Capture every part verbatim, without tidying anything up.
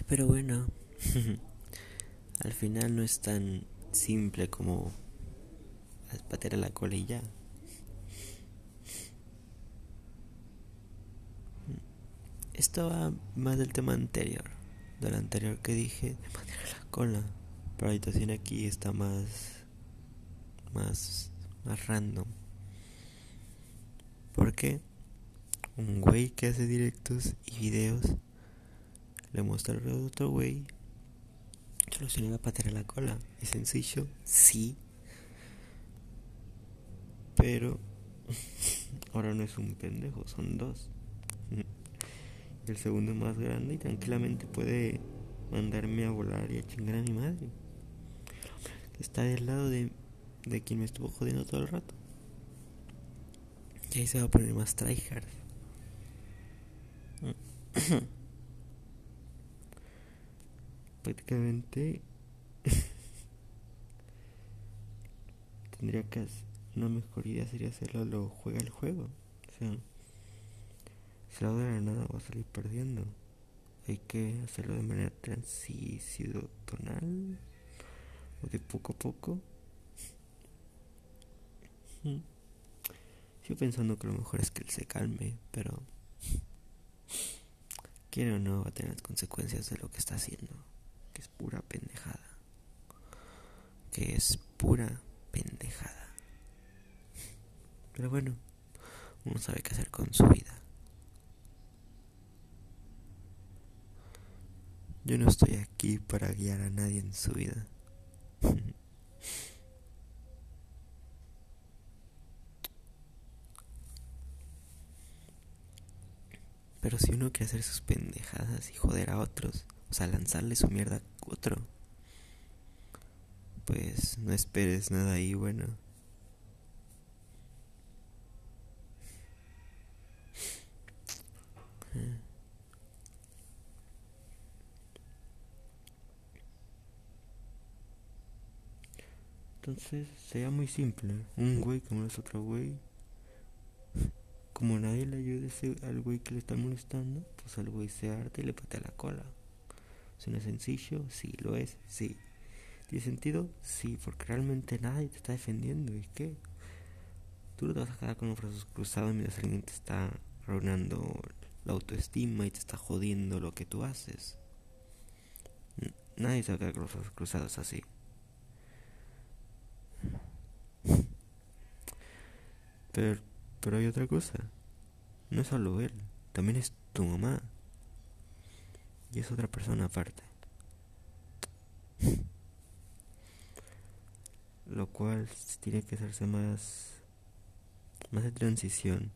Pero bueno, al final no es tan simple como patear la cola y ya. Esto va más del tema anterior, de lo anterior que dije, de patear la cola. Pero la situación aquí está más, más, más random. Porque un güey que hace directos y videos le muestra al otro güey solución a patear la cola. ¿Es sencillo? Sí, pero ahora no es un pendejo, son dos. El segundo es más grande y tranquilamente puede mandarme a volar y a chingar a mi madre. Está del lado de, de quien me estuvo jodiendo todo el rato. Y ahí se va a poner más tryhard. Prácticamente tendría que hacer, una mejor idea sería hacerlo lo juega el juego. O sea, si lo de la nada va a salir perdiendo. Hay que hacerlo de manera transicional o de poco a poco. Sigo pensando que lo mejor es que él se calme, pero quiere o no va a tener las consecuencias de lo que está haciendo, que es pura pendejada, que es pura pendejada. Pero bueno, uno sabe qué hacer con su vida. Yo no estoy aquí para guiar a nadie en su vida. Pero si uno quiere hacer sus pendejadas y joder a otros, o sea, lanzarle su mierda a otro, pues no esperes nada ahí bueno. Entonces sería muy simple. Un güey que molesta a otro güey, como nadie le ayude al güey que le está molestando, pues al güey se harta y le patea la cola. ¿Suena sencillo? Sí, lo es, sí. ¿Tiene sentido? Sí, porque realmente nadie te está defendiendo. ¿Y qué? Tú no te vas a quedar con los brazos cruzados mientras alguien te está arruinando la autoestima y te está jodiendo lo que tú haces. Nadie se va a quedar con los brazos cruzados así. Pero, pero hay otra cosa. No es solo él, también es tu mamá. Y es otra persona aparte. Lo cual tiene que hacerse más, más de transición.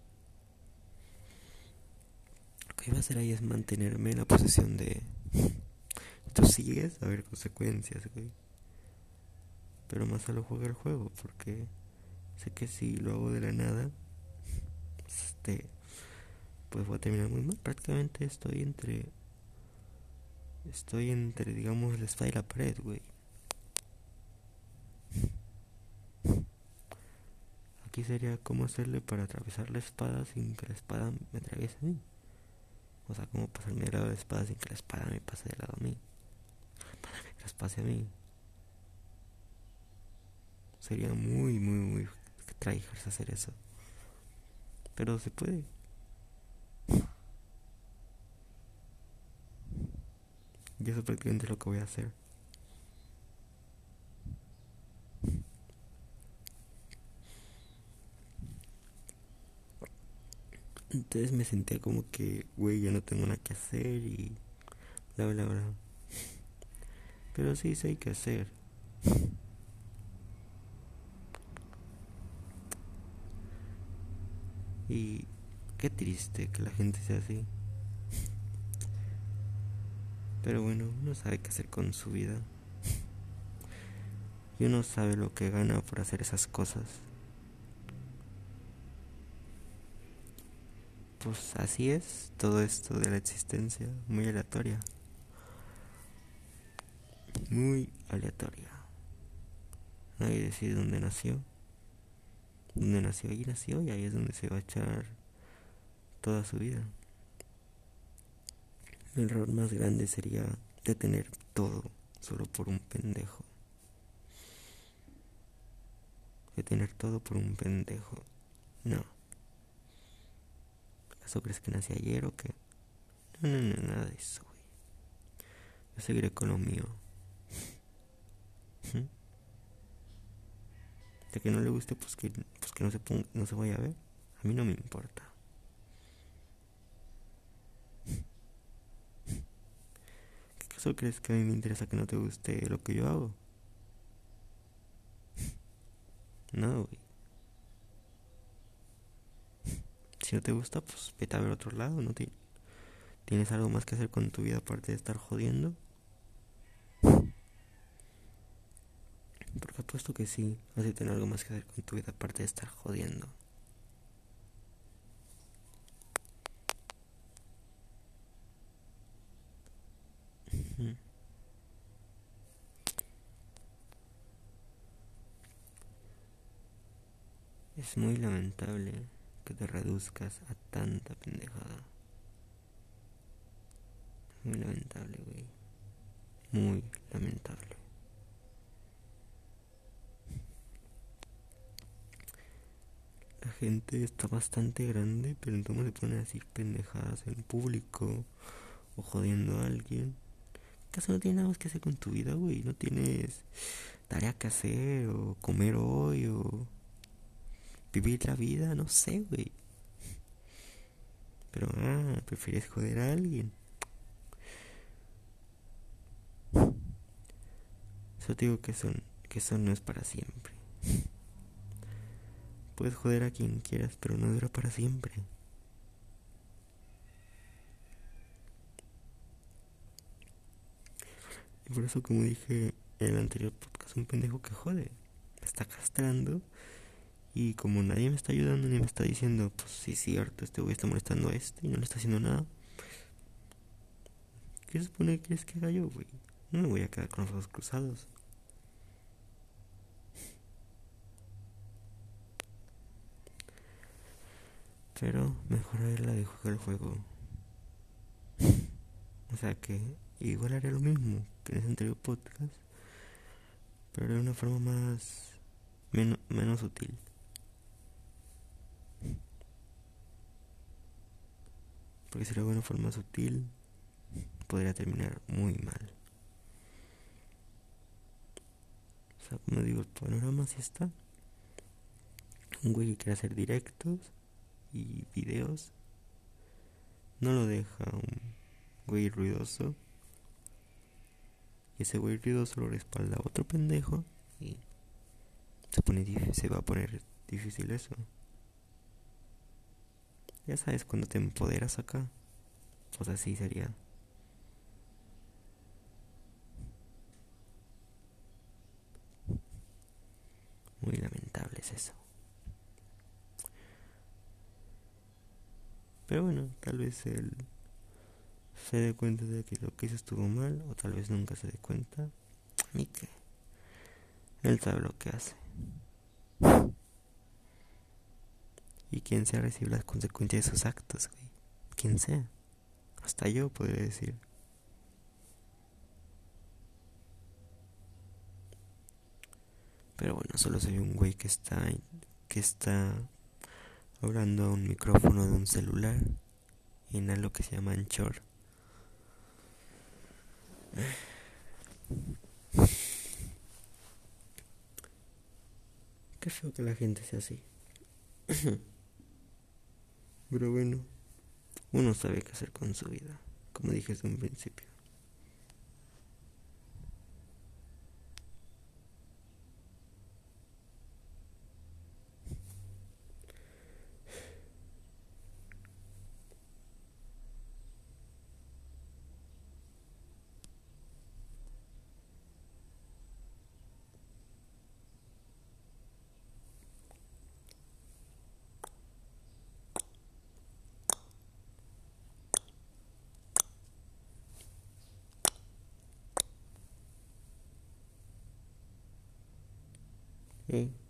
Lo que iba a hacer ahí es mantenerme en la posición de tú sigues, a ver consecuencias, güey. Pero más solo juega el juego, porque sé que si lo hago de la nada, este, pues voy a terminar muy mal. Prácticamente estoy entre, estoy entre, digamos, la espada y la pared, güey. Aquí sería cómo hacerle para atravesar la espada sin que la espada me atraviese a mí. O sea, cómo pasarme del lado de la espada sin que la espada me pase del lado a mí. Que las pase a mí. Sería muy, muy, muy tryhard hacer eso. Pero se puede. Y eso prácticamente es lo que voy a hacer. Entonces me sentía como que, güey, ya no tengo nada que hacer y bla, bla, bla. Pero sí, sí hay que hacer. Y qué triste que la gente sea así. Pero bueno, uno sabe qué hacer con su vida. Y uno sabe lo que gana por hacer esas cosas. Pues así es todo esto de la existencia, muy aleatoria. Muy aleatoria. Nadie decide dónde nació. Dónde nació, allí nació y ahí es donde se va a echar toda su vida. El error más grande sería de tener todo solo por un pendejo. De tener todo por un pendejo. No. ¿Acaso crees que nací ayer o qué? No, no, no, nada de eso, güey. Yo seguiré con lo mío. ¿Mm? De que no le guste, pues que, pues que no se ponga, no se vaya a ver. A mí no me importa. ¿Qué caso crees que a mí me interesa que no te guste lo que yo hago? No, güey. Si no te gusta, pues vete a ver otro lado. ¿No te, tienes algo más que hacer con tu vida aparte de estar jodiendo? Porque apuesto que sí, vas a tener algo más que hacer con tu vida aparte de estar jodiendo. Mm. Es muy lamentable que te reduzcas a tanta pendejada. Muy lamentable, güey. Muy lamentable. La gente está bastante grande, pero entonces se pone a decir pendejadas en público o jodiendo a alguien. ¿Acaso no tienes nada más que hacer con tu vida, güey? ¿No tienes tarea que hacer o comer hoy o vivir la vida? No sé, güey. Pero, ah, prefieres joder a alguien. Eso te digo que son, que eso no es para siempre. Puedes joder a quien quieras, pero no dura para siempre. Y por eso, como dije en el anterior podcast, un pendejo que jode. Me está castrando. Y como nadie me está ayudando ni me está diciendo, pues sí es cierto, este güey está molestando a este y no le está haciendo nada. ¿Qué se supone que quieres que haga yo, güey? No me voy a quedar con los ojos cruzados. Pero mejor haberla de jugar el juego. O sea que igual haré lo mismo que en ese anterior podcast, pero de una forma más menos, menos sutil. Porque si lo hago de una forma sutil, podría terminar muy mal. O sea, como digo, el panorama sí está. Un güey que quiere hacer directos y videos, no lo deja un güey ruidoso. Y ese güey ruidoso lo respalda a otro pendejo y se pone difícil, se va a poner difícil eso. Ya sabes, cuando te empoderas acá, pues así sería. Muy lamentable es eso. Pero bueno, tal vez él se dé cuenta de que lo que hizo estuvo mal, o tal vez nunca se dé cuenta. Ni que él sabe lo que hace. Y quien sea recibe las consecuencias de sus actos, güey. Quien sea. Hasta yo podría decir. Pero bueno, solo soy un güey que está que está hablando a un micrófono de un celular en algo que se llama Anchor. Qué feo que la gente sea así. Pero bueno, uno sabe qué hacer con su vida, como dije desde un principio. ¿Eh?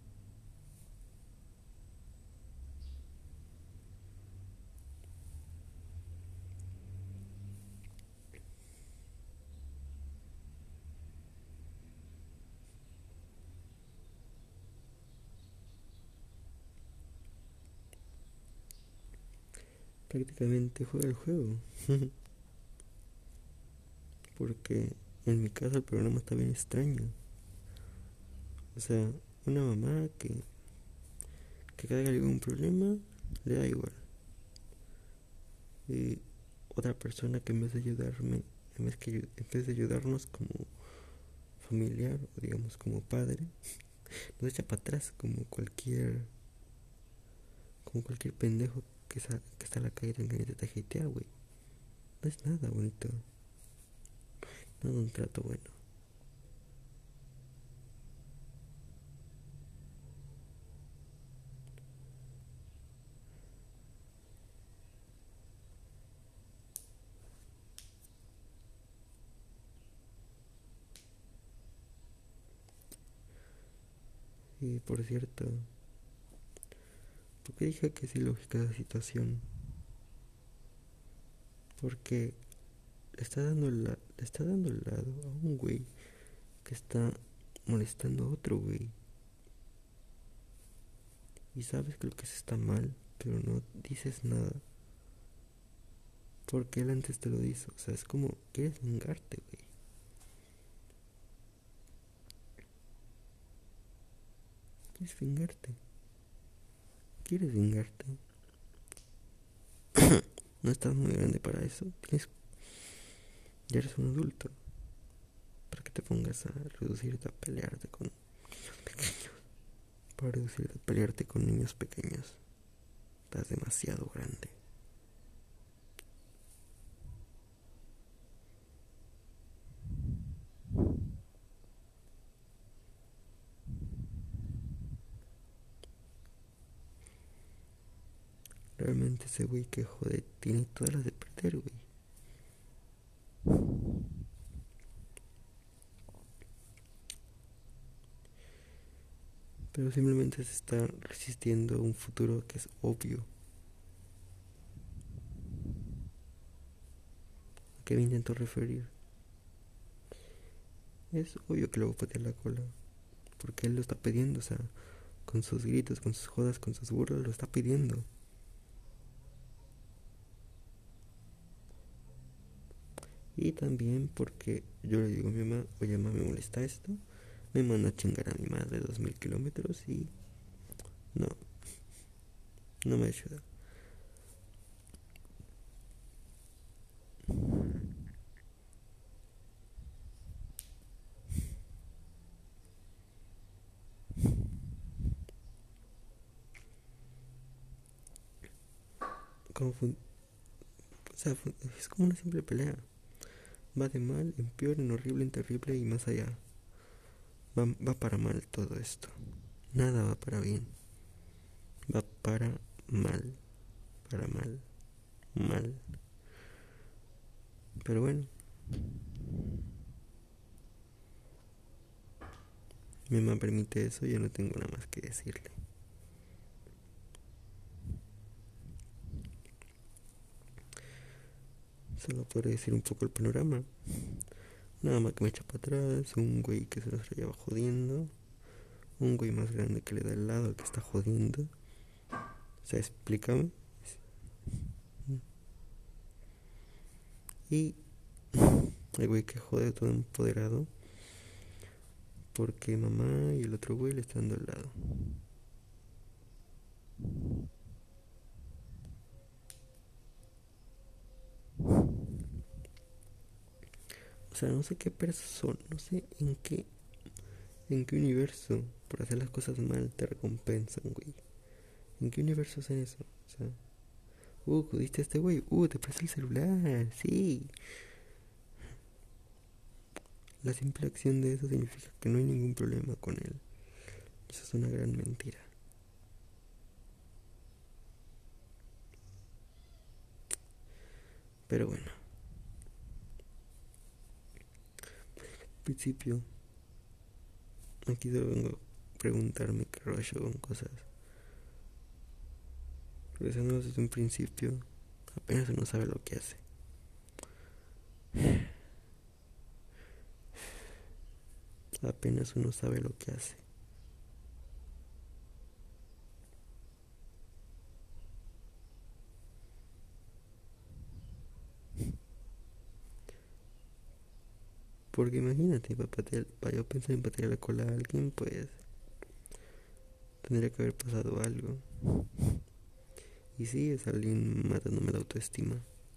prácticamente juega el juego. Porque en mi caso el programa está bien extraño. O sea, una mamá que, que caiga algún problema, le da igual. Y otra persona que en vez de ayudarme, en vez, que, en vez de ayudarnos como familiar o digamos como padre, nos echa para atrás como cualquier como cualquier pendejo que, sa, que está en la calle y te tajitea, güey. No es nada bonito. No es un trato bueno. Y por cierto, ¿por qué dije que es ilógica esa situación? Porque le está dando la, le está dando el lado a un güey que está molestando a otro güey. Y sabes que lo que se está mal, pero no dices nada. Porque él antes te lo hizo. O sea, es como, quieres vengarte, güey. Quieres vengarte. Quieres vengarte. No estás muy grande para eso. Tienes, ya eres un adulto. Para que te pongas a reducirte a pelearte con pequeños. Para reducirte a pelearte con niños pequeños. Estás demasiado grande. Realmente ese güey que jode tiene todas las de perder, güey. Pero simplemente se está resistiendo a un futuro que es obvio. ¿A qué me intento referir? Es obvio que le voy a patear la cola. Porque él lo está pidiendo, o sea, con sus gritos, con sus jodas, con sus burlas, lo está pidiendo. Y también porque yo le digo a mi mamá, oye mamá, me molesta esto. Me manda a chingar a mi madre dos mil kilómetros y no, no me ayuda. Como fun- o sea, fun- es como una simple pelea. Va de mal en peor, en horrible, en terrible y más allá. Va, va para mal todo esto. Nada va para bien. Va para mal. Para mal. Mal. Pero bueno, mi mamá permite eso y yo no tengo nada más que decirle. Solo podré decir un poco el panorama. Nada más que me echa para atrás. Un güey que se nos lleva jodiendo. Un güey más grande que le da el lado al que está jodiendo. O sea, explícame. Y el güey que jode todo empoderado. Porque mamá y el otro güey le están dando al lado. O sea, no sé qué persona, no sé en qué, en qué universo por hacer las cosas mal te recompensan, güey. ¿En qué universo hacen eso? O sea, uh, jodiste a este güey, uh, te presta el celular, sí. La simple acción de eso significa que no hay ningún problema con él. Eso es una gran mentira. Pero bueno, al principio, aquí solo vengo a preguntarme qué rollo con cosas. Regresando desde un principio, apenas uno sabe lo que hace. Apenas uno sabe lo que hace. Porque imagínate, para, patear, para yo pensar en patear la cola a alguien, pues tendría que haber pasado algo. Y sí, es alguien matándome la autoestima.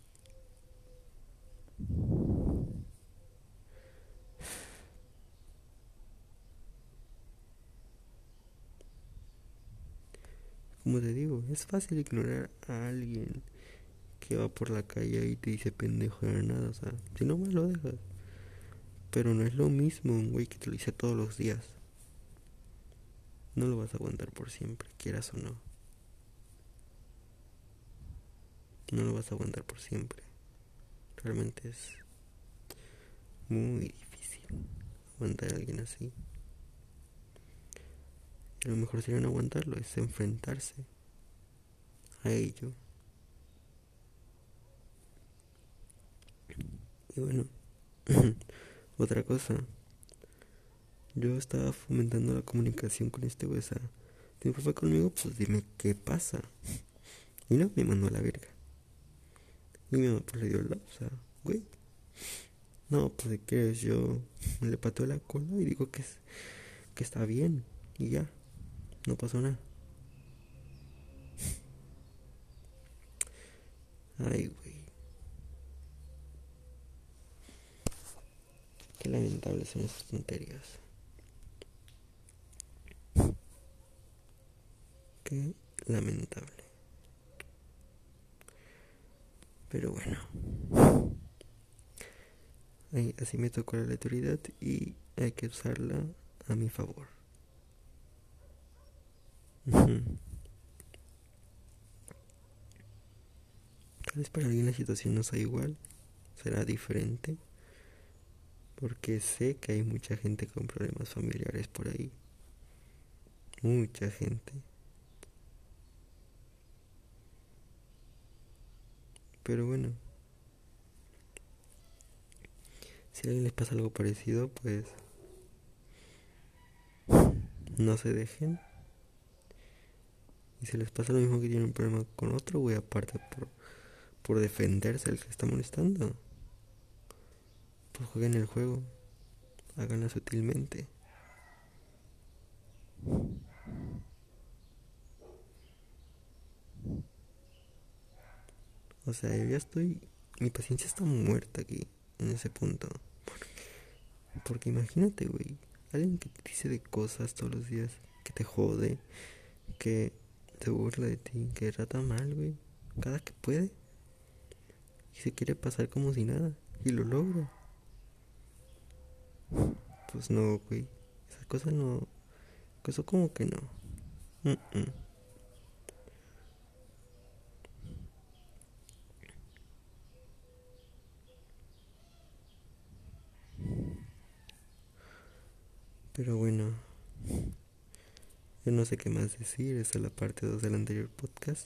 Como te digo, es fácil ignorar a alguien que va por la calle y te dice pendejo de nada, o sea, si no más lo dejas. Pero no es lo mismo un güey que te lo dice todos los días. No lo vas a aguantar por siempre, quieras o no. No lo vas a aguantar por siempre. Realmente es muy difícil aguantar a alguien así. Y lo mejor sería no aguantarlo, es enfrentarse a ello. Y bueno, otra cosa. Yo estaba fomentando la comunicación con este güey, o sea, siempre fue conmigo, pues dime qué pasa. Y no, me mandó a la verga. Y mi mamá pues le dio el lado, o sea, güey. No, pues de qué es, yo le pateo la cola y digo que, es, que está bien. Y ya, no pasó nada. Ay, güey. Qué lamentables son esas tonterías. Qué lamentable. Pero bueno. Ay, así me tocó la autoridad y hay que usarla a mi favor. Tal vez para alguien la situación no sea igual, será diferente, porque sé que hay mucha gente con problemas familiares por ahí. Mucha gente. Pero bueno, si a alguien les pasa algo parecido, pues no se dejen. Y si les pasa lo mismo que tienen un problema con otro, güey, aparte por, por defenderse el que está molestando, pues jueguen el juego, háganlo sutilmente. O sea, yo ya estoy, mi paciencia está muerta aquí, en ese punto. Porque imagínate, güey, alguien que te dice de cosas todos los días, que te jode, que se burla de ti, que trata mal, güey, cada que puede. Y se quiere pasar como si nada, y lo logra. Pues no, güey, esa cosa no, eso como que no. Mm-mm. Pero bueno, yo no sé qué más decir, esa es la parte dos del anterior podcast.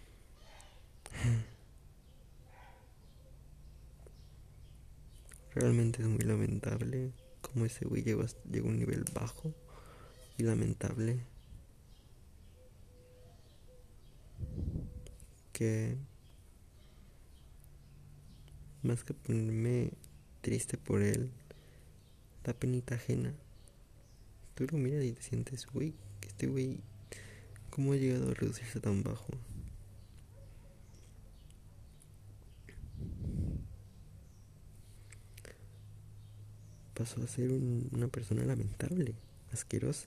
Realmente es muy lamentable cómo ese güey llegó a, llegó a un nivel bajo y lamentable que más que ponerme triste por él, da penita ajena. Tú lo miras y te sientes, güey, que este güey, ¿cómo ha llegado a reducirse tan bajo? Pasó a ser un, una persona lamentable, asquerosa,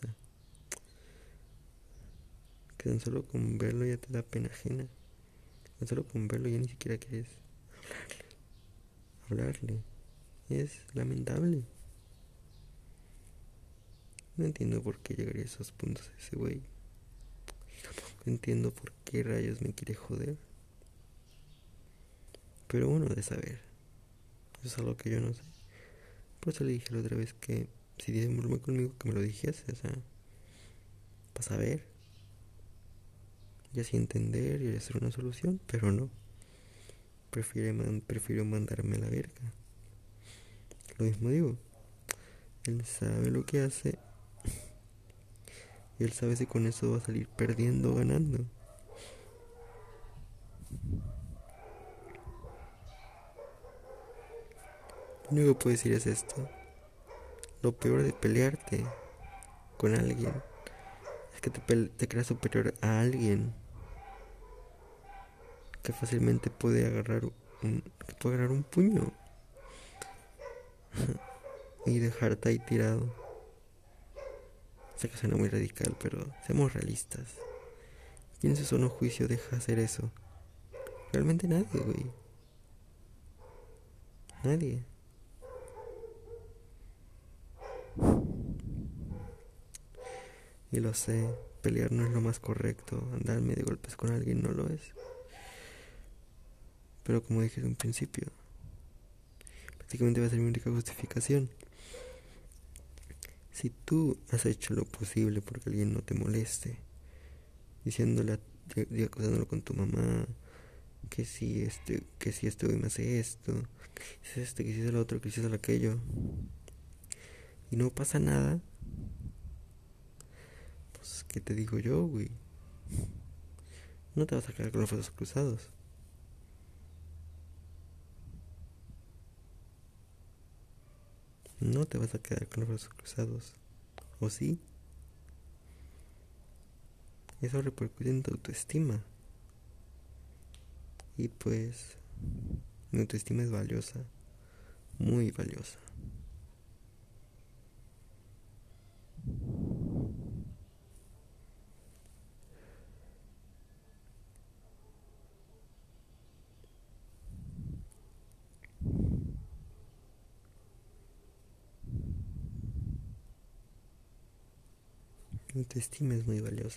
que tan solo con verlo ya te da pena ajena. Tan solo con verlo ya ni siquiera quieres hablarle. Es lamentable. No entiendo por qué llegaría a esos puntos ese güey. No entiendo por qué rayos me quiere joder. Pero bueno, de saber. Eso es algo que yo no sé. Por eso le dije la otra vez que si tiene un problema conmigo que me lo dijese, o sea, para saber. Y así entender y hacer una solución, pero no. Prefiere man, prefiero mandarme a la verga. Lo mismo digo. Él sabe lo que hace. Y él sabe si con eso va a salir perdiendo o ganando. Lo único que puedo decir es esto. lo peor de pelearte con alguien es que te, pe- te creas superior a alguien que fácilmente puede agarrar un, que puede agarrar un puño y dejarte ahí tirado. Sé que suena muy radical, pero seamos realistas. ¿Quién en su sano juicio deja hacer eso? Realmente nadie, güey. Nadie. Y lo sé, pelear no es lo más correcto, andarme de golpes con alguien no lo es. Pero como dije desde un principio, prácticamente va a ser mi única justificación. Si tú has hecho lo posible porque alguien no te moleste, diciéndole, a, acusándolo con tu mamá, que si este, que si este güey me hace esto, que si este, que si es el otro, que si es el aquello, y no pasa nada, pues ¿qué te digo yo, güey? No te vas a quedar con los brazos cruzados. No te vas a quedar con los brazos cruzados. ¿O sí? Eso repercute en tu autoestima. Y pues, mi autoestima es valiosa. Muy valiosa. Mi autoestima es muy valiosa.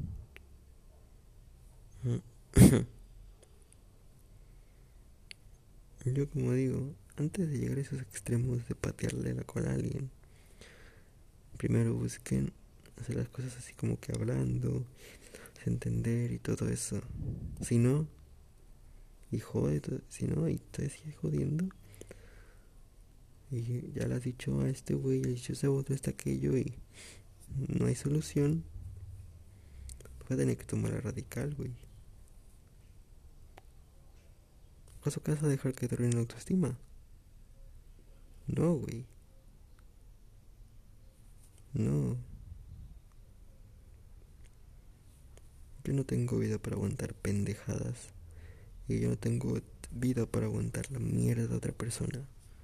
Yo como digo, antes de llegar a esos extremos de patearle la cola a alguien, primero busquen hacer las cosas así como que hablando, entender y todo eso. Si no, y jode, si no, y te sigue jodiendo. Y ya le has dicho a este güey, le has dicho a ese otro, este aquello, y no hay solución. Vas a tener que tomar la radical, güey. ¿Acaso que vas a dejar que te arruine la autoestima? No, güey. No. Yo no tengo vida para aguantar pendejadas. Y yo no tengo vida para aguantar la mierda de otra persona.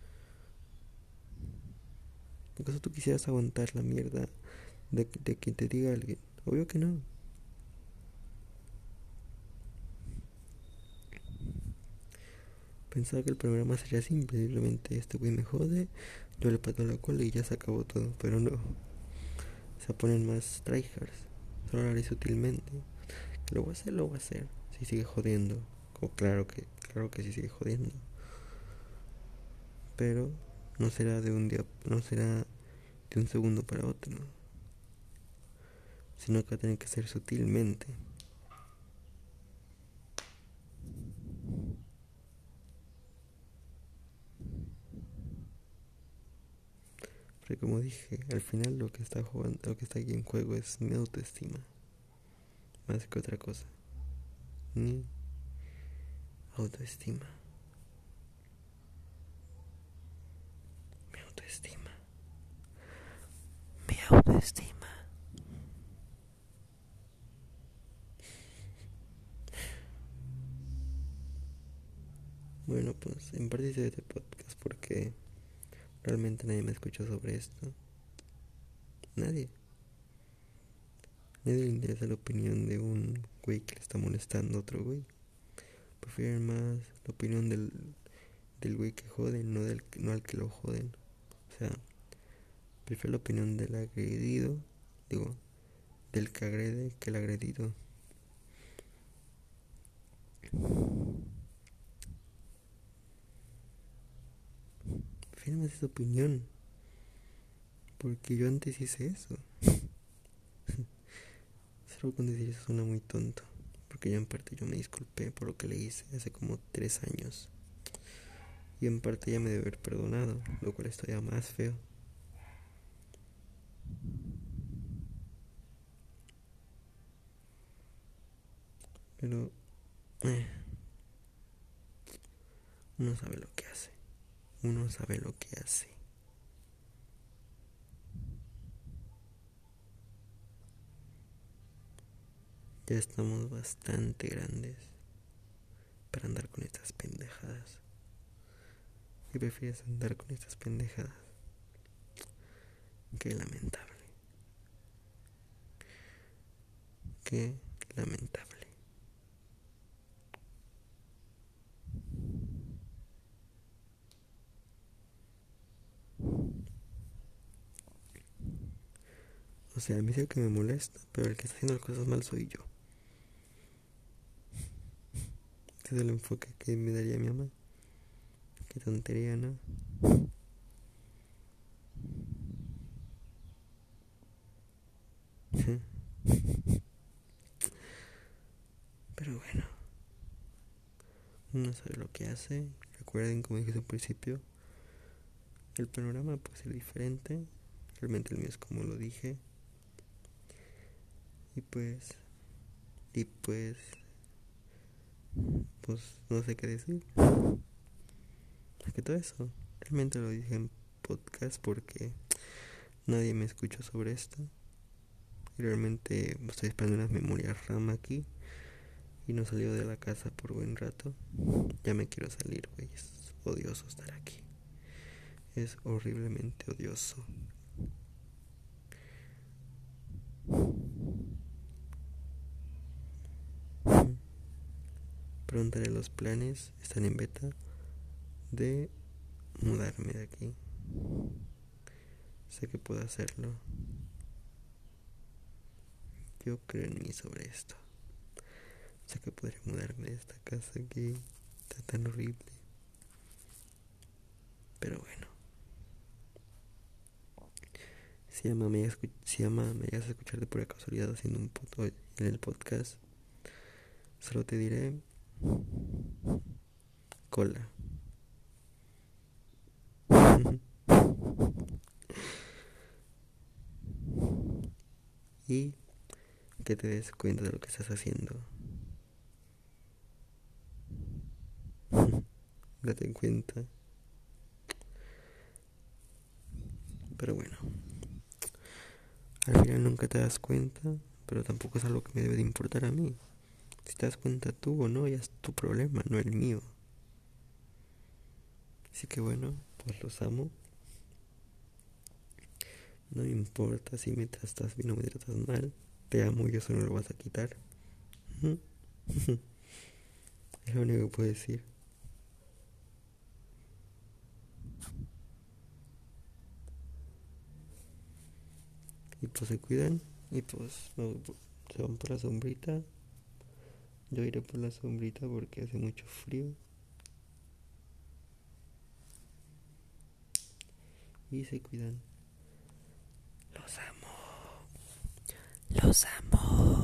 ¿Acaso tú quisieras aguantar la mierda de, de quien te diga alguien? Obvio que no. Pensaba que el programa sería simple, simplemente este güey me jode, yo le pato la cola y ya se acabó todo, pero no. Se ponen más tryhards. Solo lo haré sutilmente. Que lo voy a hacer, lo voy a hacer. Si sigue jodiendo. O claro que, claro que sí sigue jodiendo. Pero no será de un día, no será de un segundo para otro. Sino que va a tener que ser sutilmente. Porque como dije, al final lo que está jugando, lo que está aquí en juego es mi autoestima. Más que otra cosa. Mi autoestima. Mi autoestima. Mi autoestima. Bueno, pues en parte hice este podcast porque realmente nadie me escuchó sobre esto. Nadie. Nadie le interesa la opinión de un güey que le está molestando a otro güey. Prefieren más la opinión del, del güey que joden, no, del, no al que lo joden. O sea, prefiero la opinión del agredido, digo, del que agrede que el agredido. Prefiero más esa opinión, porque yo antes hice eso. Solo con decir eso suena muy tonto, porque yo en parte yo me disculpé por lo que le hice hace como tres años. Y en parte ya me debe haber perdonado, lo cual está ya más feo. Pero eh, uno sabe lo que hace. Uno sabe lo que hace. Ya estamos bastante grandes para andar con estas pendejadas. Y prefieres andar con estas pendejadas. Qué lamentable. Qué lamentable. O sea, a mí sí que me molesta, pero el que está haciendo las cosas mal soy yo. Ese es el enfoque que me daría mi mamá. Qué tontería, ¿no? Pero bueno, uno sabe lo que hace. Recuerden, como dije al principio, el panorama puede ser diferente. Realmente el mío es como lo dije. Y pues, y pues, pues no sé qué decir. Es que todo eso, realmente lo dije en podcast porque nadie me escuchó sobre esto. Y realmente estoy esperando unas memorias RAM aquí. Y no salió de la casa por buen rato. Ya me quiero salir, güey. Es odioso estar aquí. Es horriblemente odioso. Pronto haré los planes. Están en beta de mudarme de aquí. Sé que puedo hacerlo. Yo creo en mí sobre esto. Sé que podré mudarme de esta casa que está tan horrible. Pero bueno. Si ama me llegas, si ama me llegas a escuchar de pura casualidad haciendo un puto en el podcast, solo te diré cola. Y que te des cuenta de lo que estás haciendo. Date cuenta. Pero bueno, al final nunca te das cuenta, pero tampoco es algo que me debe de importar a mí. Si te das cuenta tú o no, ya es tu problema, no el mío. Así que bueno, pues los amo. No me importa si me tratas bien o me tratas mal. Te amo y eso no lo vas a quitar. Es lo único que puedo decir. Y pues se cuidan. Y pues no, se van por la sombrita. Yo iré por la sombrita porque hace mucho frío. Y se cuidan. Los amo. Los amo.